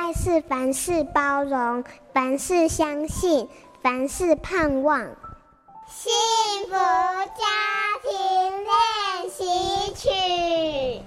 爱是凡事包容，凡事相信，凡事盼望。幸福家庭练习曲。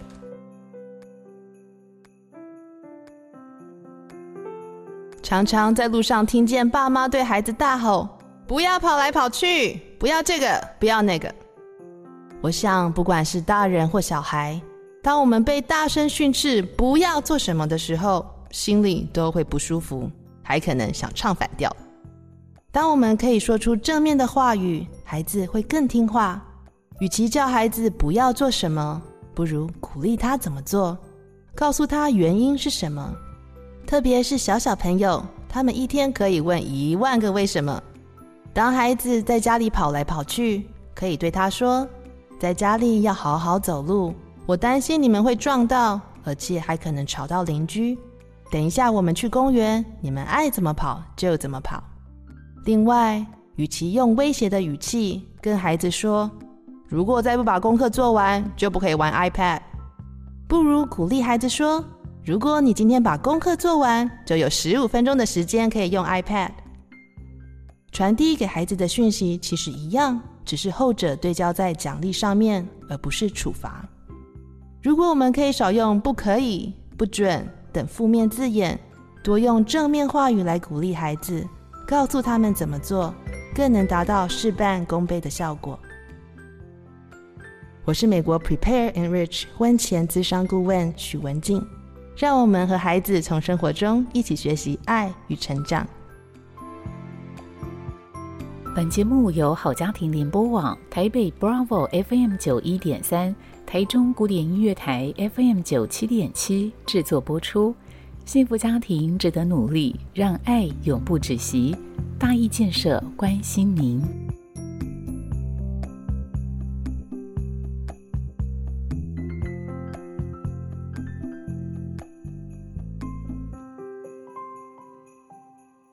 常常在路上听见爸妈对孩子大吼，不要跑来跑去，不要这个，不要那个。我想不管是大人或小孩，当我们被大声训斥不要做什么的时候，心里都会不舒服，还可能想唱反调。当我们可以说出正面的话语，孩子会更听话。与其叫孩子不要做什么，不如鼓励他怎么做，告诉他原因是什么。特别是小朋友，他们一天可以问10000个为什么。当孩子在家里跑来跑去，可以对他说，在家里要好好走路，我担心你们会撞到，而且还可能吵到邻居。等一下我们去公园，你们爱怎么跑就怎么跑。另外，与其用威胁的语气跟孩子说，如果再不把功课做完，就不可以玩 iPad， 不如鼓励孩子说，如果你今天把功课做完，就有15分钟的时间可以用 iPad。 传递给孩子的讯息其实一样，只是后者对焦在奖励上面，而不是处罚。如果我们可以少用不可以、不准等负面字眼，多用正面话语来鼓励孩子，告诉他们怎么做，更能达到事半功倍的效果。我是美国 Prepare Enrich 婚前咨商顾问许文静，让我们和孩子从生活中一起学习爱与成长。 本节目由好家庭联播网、台北 Bravo FM 91.3、台中古典音乐台 FM 97.7制作播出。幸福家庭值得努力，让爱永不止息。大义建设关心您。